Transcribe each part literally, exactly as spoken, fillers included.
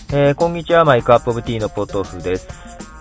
えー、こんにちは、マイクアップオブティーのポトフです。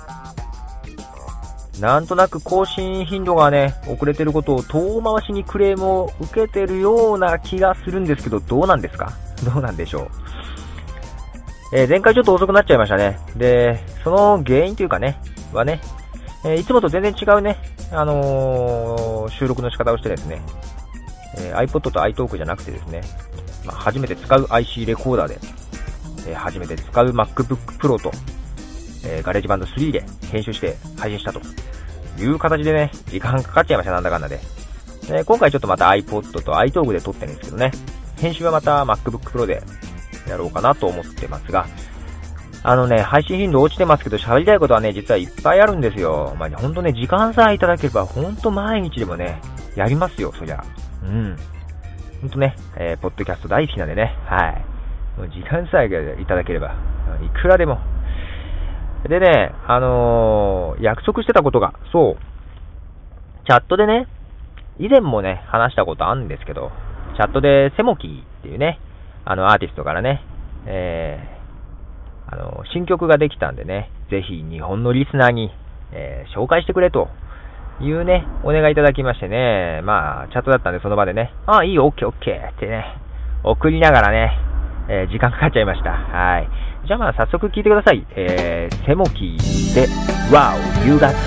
なんとなく更新頻度がね、遅れてることを遠回しにクレームを受けてるような気がするんですけど、どうなんですか？どうなんでしょう。えー、前回ちょっと遅くなっちゃいましたね。で、その原因というかね、はね、えー、いつもと全然違うね、あのー、収録の仕方をしてですね、えー、iPod と iTalk じゃなくてですね、まあ、初めて使う アイシー レコーダーで、えー、初めて使う MacBook Pro と、えー、ガレージバンドスリーで編集して配信したという形でね、時間かかっちゃいました、なんだかんだで。で、今回ちょっとまた iPod と iTalk で撮ってるんですけどね、編集はまた MacBook Pro でやろうかなと思ってますが、あのね、配信頻度落ちてますけど、喋りたいことはね、実はいっぱいあるんですよ。まあ、ほんとね、時間さえいただければ、ほんと毎日でもね、やりますよ、そりゃ。うん。ほんとね、えー、ポッドキャスト大好きなんでね、はい。もう時間さえいただければ、いくらでも。でね、あのー、約束してたことが、そう、チャットでね、以前もね、話したことあるんですけど、チャットでセモキーっていうね、あの、アーティストからね、えー、あの、新曲ができたんでね、ぜひ日本のリスナーに、えー、紹介してくれというね、お願いいただきましてね、まあ、チャットだったんでその場でね、ああ、いいよ、オッケーオッケーってね、送りながらね、えー、時間かかっちゃいました。はい。じゃあまあ、早速聞いてください。えー、セモキーで、Wow, You Got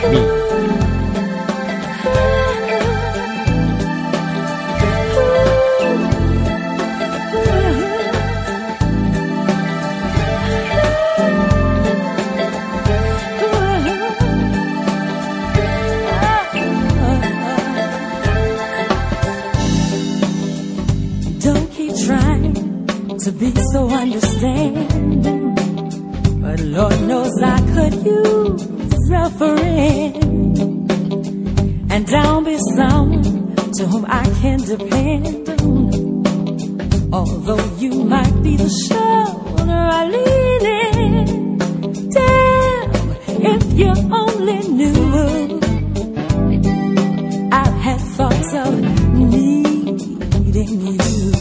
Me.To be so understanding, but Lord knows I could use a friend, and I'll be someone to whom I can depend on. Although you might be the shoulder I lean in, damn, if you only knew I've had thoughts of needing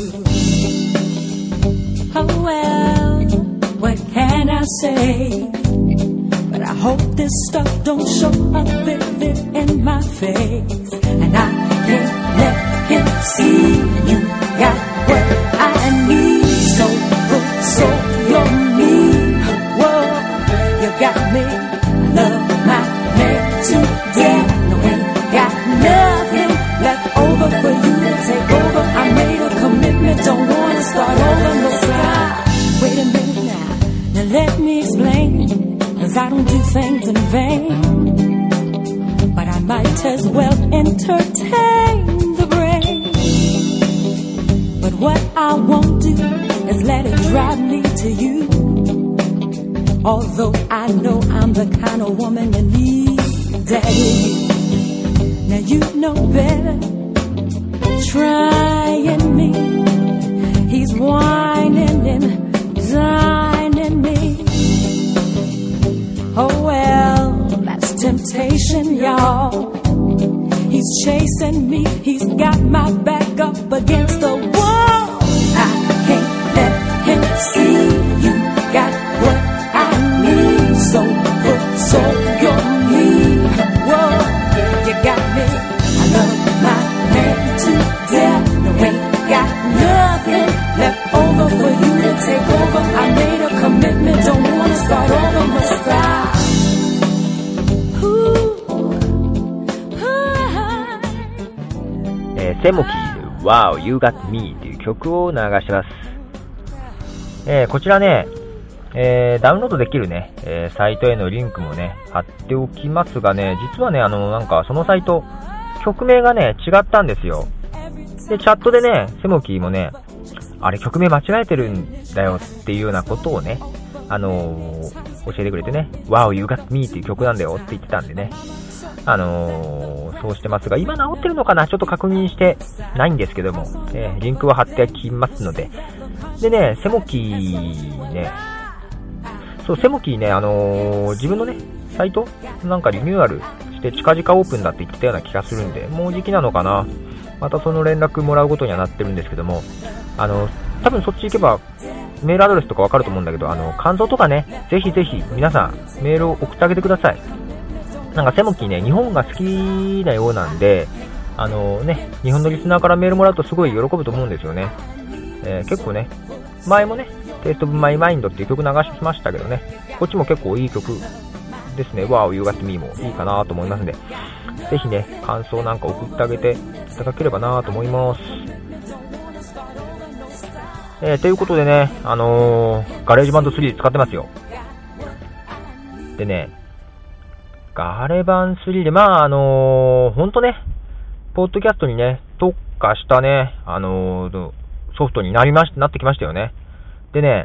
you.Oh well, what can I say? But I hope this stuff don't show up vivid in my face, and I can't let him see you got what I need. So good, so you're me. Whoa, you got me. Love my man to death. No, ain't got nothing left over for you to take over. I made a commitment, don't wanna start over.Wait a minute now, now let me explain, 'cause I don't do things in vain, but I might as well entertain the brain. But what I won't do is let it drive me to you, although I know I'm the kind of woman you need, daddy. Now you know better, trying me, he's whining and...Designing me. Oh well, that's temptation, y'all. He's chasing me, he's got my back up against the wall. I can't let him see you got what I need. So good, so you're me. Whoa, you got me. I love my man to death. No, ain't got nothing left over for you to take over. I made a commitment, don't wanna start over, must stop. Ooh, えー、セモキーで Wow, You Got Me という曲を流します。えー、こちらね、えー、ダウンロードできるね、えー、サイトへのリンクもね、貼っておきますがね、実はね、あの、なんかそのサイト、曲名がね、違ったんですよ。で、チャットでね、セモキーもね、あれ曲名間違えてるんだよっていうようなことをね、あのー、教えてくれてね、Wow, You Got Me っていう曲なんだよって言ってたんでね、あのー、そうしてますが、今直ってるのかなちょっと確認してないんですけども、えー、リンクは貼っておきますので、でね、セモキーね、そう、セモキーね、あのー、自分のね、サイトなんかリニューアルして近々オープンだって言ってたような気がするんで、もうじきなのかな。またその連絡もらうことにはなってるんですけども、あの、多分そっち行けばメールアドレスとかわかると思うんだけど、あの、感想とかね、ぜひぜひ皆さんメールを送ってあげてください。なんかセモキーね、日本が好きなようなんで、あのね、日本のリスナーからメールもらうとすごい喜ぶと思うんですよね。えー、結構ね、前もね、テイストオブマイマインドっていう曲流しましたけどね、こっちも結構いい曲ですね。Wow, You Got Me もいいかなと思いますんで、ぜひね、感想なんか送ってあげていただければなと思います。えー、ということでね、あのー、ガレージバンドスリー使ってますよ。でね、ガレバンスリーで、まああのー、ほんとね、ポッドキャストにね、特化したね、あのー、ソフトになりまし、なってきましたよね。でね、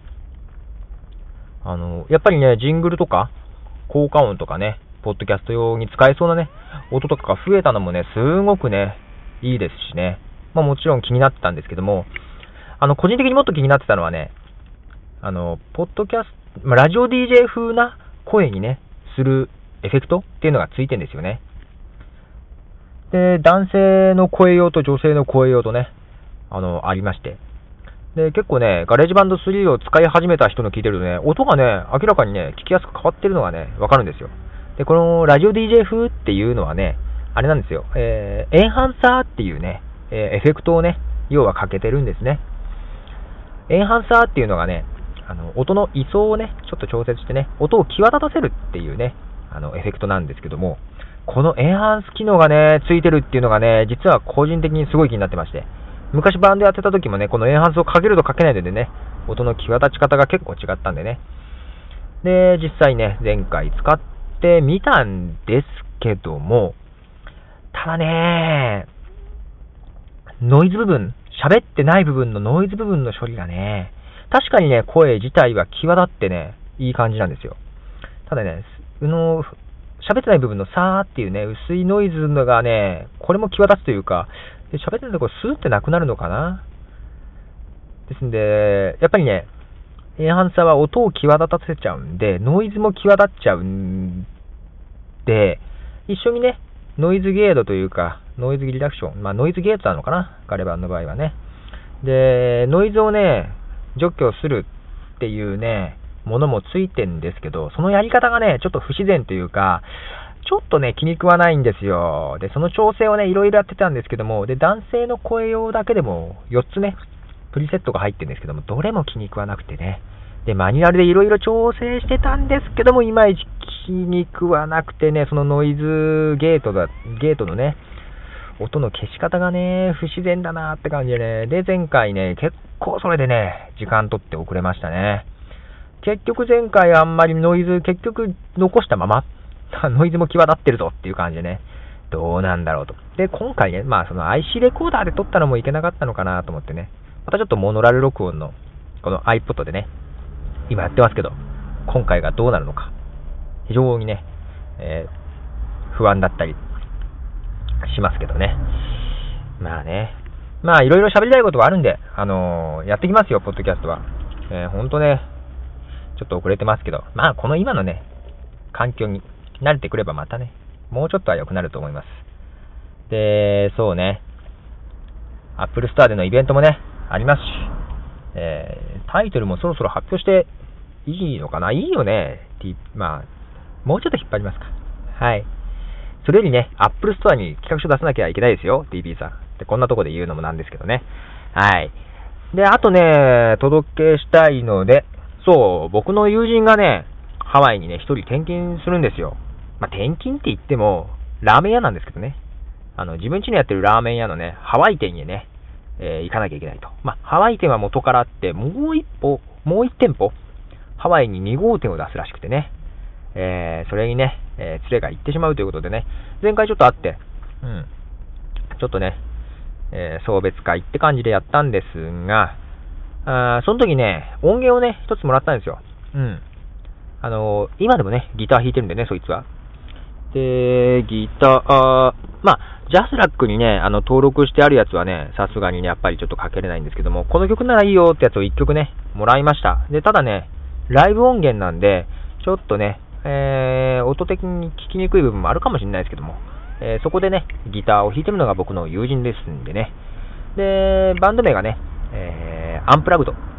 あのー、やっぱりね、ジングルとか、効果音とかね、ポッドキャスト用に使えそうなね、音とかが増えたのもね、すごくね、いいですしね。まあもちろん気になってたんですけども、あの、個人的にもっと気になってたのはね、あの、ポッドキャスト、まあ、ラジオ ディージェー 風な声にね、するエフェクトっていうのがついてるんですよね。で、男性の声用と女性の声用とね、あの、ありまして。で、結構ね、ガレージバンドスリーを使い始めた人の聞いてるとね、音がね、明らかにね、聞きやすく変わってるのがね、わかるんですよ。で、このラジオ ディージェー 風っていうのはね、あれなんですよ、えー、エンハンサーっていうね、えー、エフェクトをね、要はかけてるんですね。エンハンサーっていうのがね、あの、音の位相をね、ちょっと調節してね、音を際立たせるっていうね、あの、エフェクトなんですけども、このエンハンス機能がね、ついてるっていうのがね、実は個人的にすごい気になってまして、昔バンドやってた時もね、このエンハンスをかけるとかけないでね、音の際立ち方が結構違ったんでね。で、実際ね、前回使ってみたんですけども、ただね、ノイズ部分、喋ってない部分のノイズ部分の処理がね、確かにね、声自体は際立ってね、いい感じなんですよ。ただね、うの、喋ってない部分のサーっていうね、薄いノイズのがね、これも際立つというか、で喋ってないところスーってなくなるのかな。ですんで、やっぱりね、エンハンサーは音を際立たせちゃうんで、ノイズも際立っちゃうんで、一緒にね、ノイズゲートというか、ノイズリダクション、まあノイズゲートなのかな、ガレバンの場合はね。で、ノイズをね、除去するっていうね、ものもついてんですけど、そのやり方がね、ちょっと不自然というか、ちょっとね、気に食わないんですよ。で、その調整をね、いろいろやってたんですけども、で、男性の声用だけでもよっつね、プリセットが入ってるんですけども、どれも気に食わなくてね。で、マニュアルでいろいろ調整してたんですけども、いまいち気に食わなくてね、そのノイズゲートだ、ゲートのね、音の消し方がね、不自然だなって感じでね、で、前回ね、結構それでね、時間取って遅れましたね。結局前回あんまりノイズ、結局残したまま、ノイズも際立ってるぞっていう感じでね、どうなんだろうと。で、今回ね、まあその アイシー レコーダーで撮ったのもいけなかったのかなと思ってね、またちょっとモノラル録音の、この iPod でね、今やってますけど、今回がどうなるのか、非常にね、えー、不安だったりしますけどね。まあね、まあいろいろ喋りたいことがあるんで、あのー、やってきますよ、ポッドキャストは。えー、ほんとね、ちょっと遅れてますけど、まあこの今のね、環境に慣れてくればまたね、もうちょっとは良くなると思います。で、そうね、Apple Store でのイベントもね、ありますし、えー、タイトルもそろそろ発表していいのかな？いいよね。まあ、もうちょっと引っ張りますか。はい。それよりね、Apple Store に企画書出さなきゃいけないですよ、ティーピー さん。で、こんなとこで言うのもなんですけどね。はい。で、あとね、届けしたいので、そう、僕の友人がね、ハワイにね、一人転勤するんですよ。まあ、転勤って言っても、ラーメン屋なんですけどね。あの、自分家にやってるラーメン屋のね、ハワイ店にね、えー、行かなきゃいけないと。まあ、ハワイ店は元からあって、もう一歩、もう一店舗、ハワイにに号店を出すらしくてね。えー、それにね、えー、連れが行ってしまうということでね、前回ちょっと会って、うん、ちょっとね、えー、送別会って感じでやったんですが、あその時ね、音源をね、一つもらったんですよ。うん。あのー、今でもね、ギター弾いてるんでね、そいつは。で、ギター、あまあ、ジャスラックにね、あの、登録してあるやつはね、さすがにね、やっぱりちょっとかけれないんですけども、この曲ならいいよってやつを一曲ね、もらいました。で、ただね、ライブ音源なんで、ちょっとね、えー、音的に聞きにくい部分もあるかもしれないですけども、えー、そこでね、ギターを弾いてるのが僕の友人ですんでね。で、バンド名がね、えー、アンプラグドっ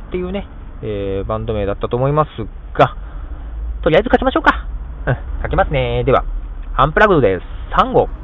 っていうね、えー、バンド名だったと思いますが、とりあえず書きましょうか。うん、書きますね。では、アンプラグドです。サンゴ。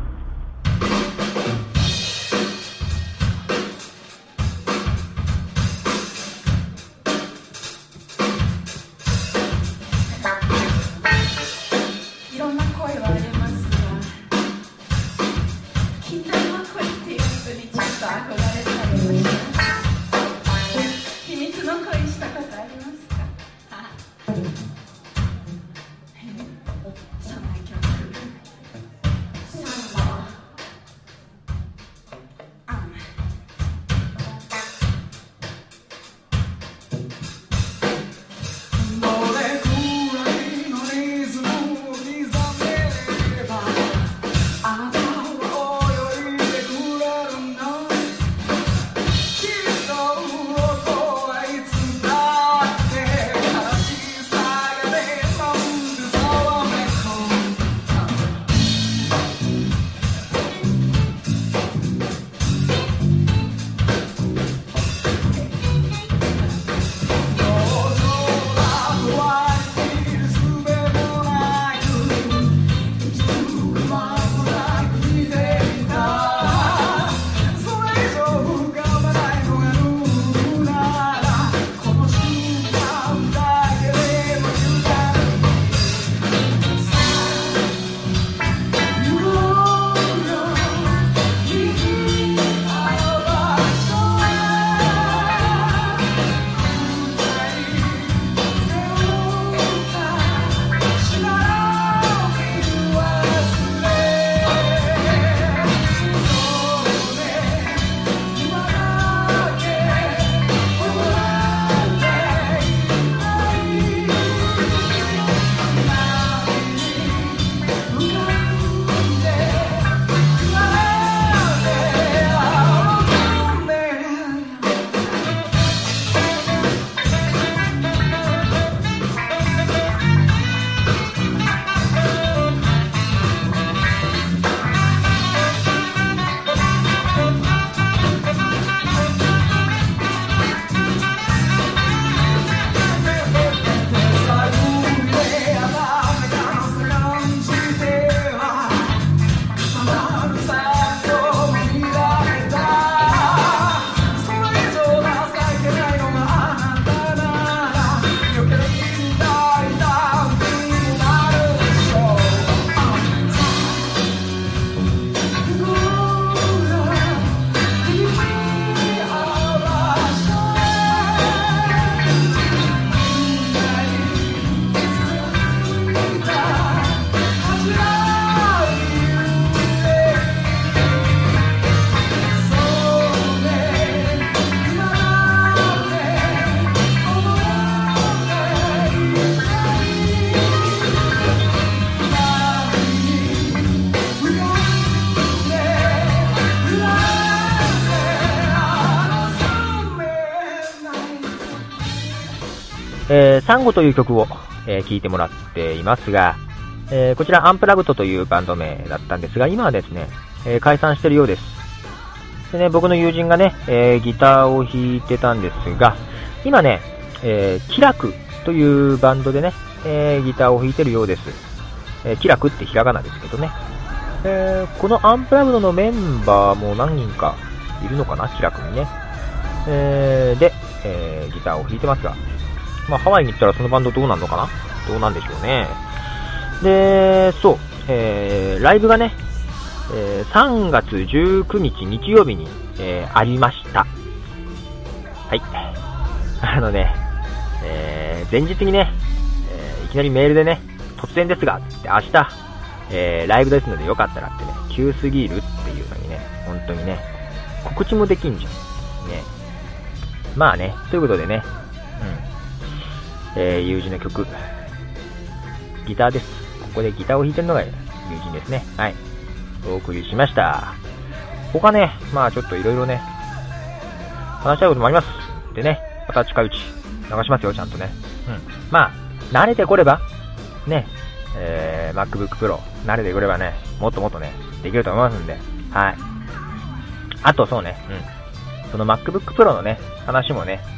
えー、サンゴという曲を、えー、聴いてもらっていますが、えー、こちらアンプラグトというバンド名だったんですが、今はですね、えー、解散しているようです。でね、僕の友人がね、えー、ギターを弾いてたんですが、今ね、えー、キラクというバンドでね、えー、ギターを弾いてるようです。えー、キラクってひらがなですけどね。えー、このアンプラグトのメンバーも何人かいるのかな、キラクにね。えー、で、えー、ギターを弾いてますが、まあ、ハワイに行ったらそのバンドどうなんのかな、どうなんでしょうね。で、そう、えー、ライブがね、えー、さんがつじゅうくにち日曜日に、えー、ありました。はい。あのね、えー、前日にね、えー、いきなりメールでね、突然ですが、って明日、えー、ライブですのでよかったらってね、急すぎるっていうのにね、本当にね、告知もできんじゃん。ね。まあね、ということでね、うん。えー、友人の曲、ギターです。ここでギターを弾いてるのが友人ですね。はい。お送りしました。他ね、まあちょっといろいろね、話したいこともあります。でね、また近いうち流しますよ、ちゃんとね。うん。まあ、慣れてこれば、ね、えー、MacBook Pro、慣れてくればね、もっともっとね、できると思いますんで、はい。あとそうね、うん。その MacBook Pro のね、話もね、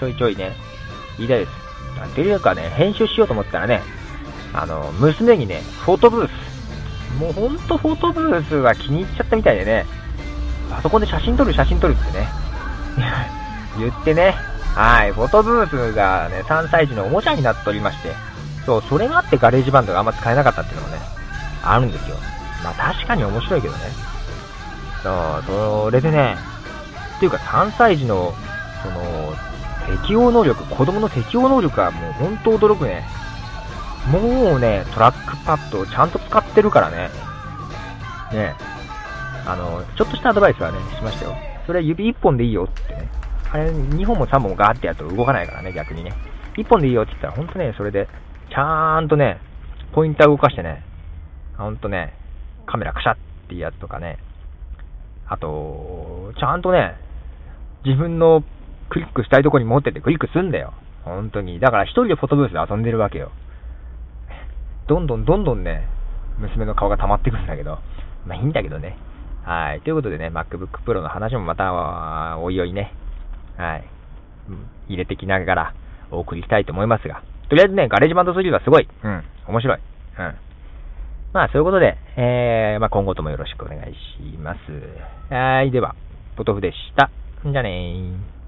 ちょいちょいね、言いたいです。っていうかね、編集しようと思ったらね、あの、娘にね、フォトブース。もうほんとフォトブースが気に入っちゃったみたいでね、パソコンで写真撮る写真撮るってね、言ってね、はい、フォトブースがね、さんさい児のおもちゃになっておりまして、そう、それがあってガレージバンドがあんま使えなかったっていうのもね、あるんですよ。まあ確かに面白いけどね。そう、それでね、っていうかさんさい児の、その、適応能力、子供の適応能力がもうほんと驚くね。もうね、トラックパッドをちゃんと使ってるからね。ね、あの、ちょっとしたアドバイスはね、しましたよ。それは指いっぽんでいいよってね。あれ、にほんもさんぼんもガーってやると動かないからね、逆にね。いっぽんでいいよって言ったら、ほんとね、それで、ちゃーんとね、ポインター動かしてね、ほんとね、カメラカシャっていうやつとかね、あと、ちゃんとね、自分のクリックしたいところに持ってってクリックすんだよ。本当に。だから一人でフォトブースで遊んでるわけよ。どんどんどんどんね、娘の顔が溜まってくるんだけど、まあいいんだけどね。はい。ということでね、MacBook Pro の話もまた、おいおいね、はい。入れてきながらお送りしたいと思いますが、とりあえずね、ガレージバンドスリーはすごい。うん。面白い。うん。まあそういうことで、えー、まあ今後ともよろしくお願いします。はい。では、ポトフでした。じゃあねー。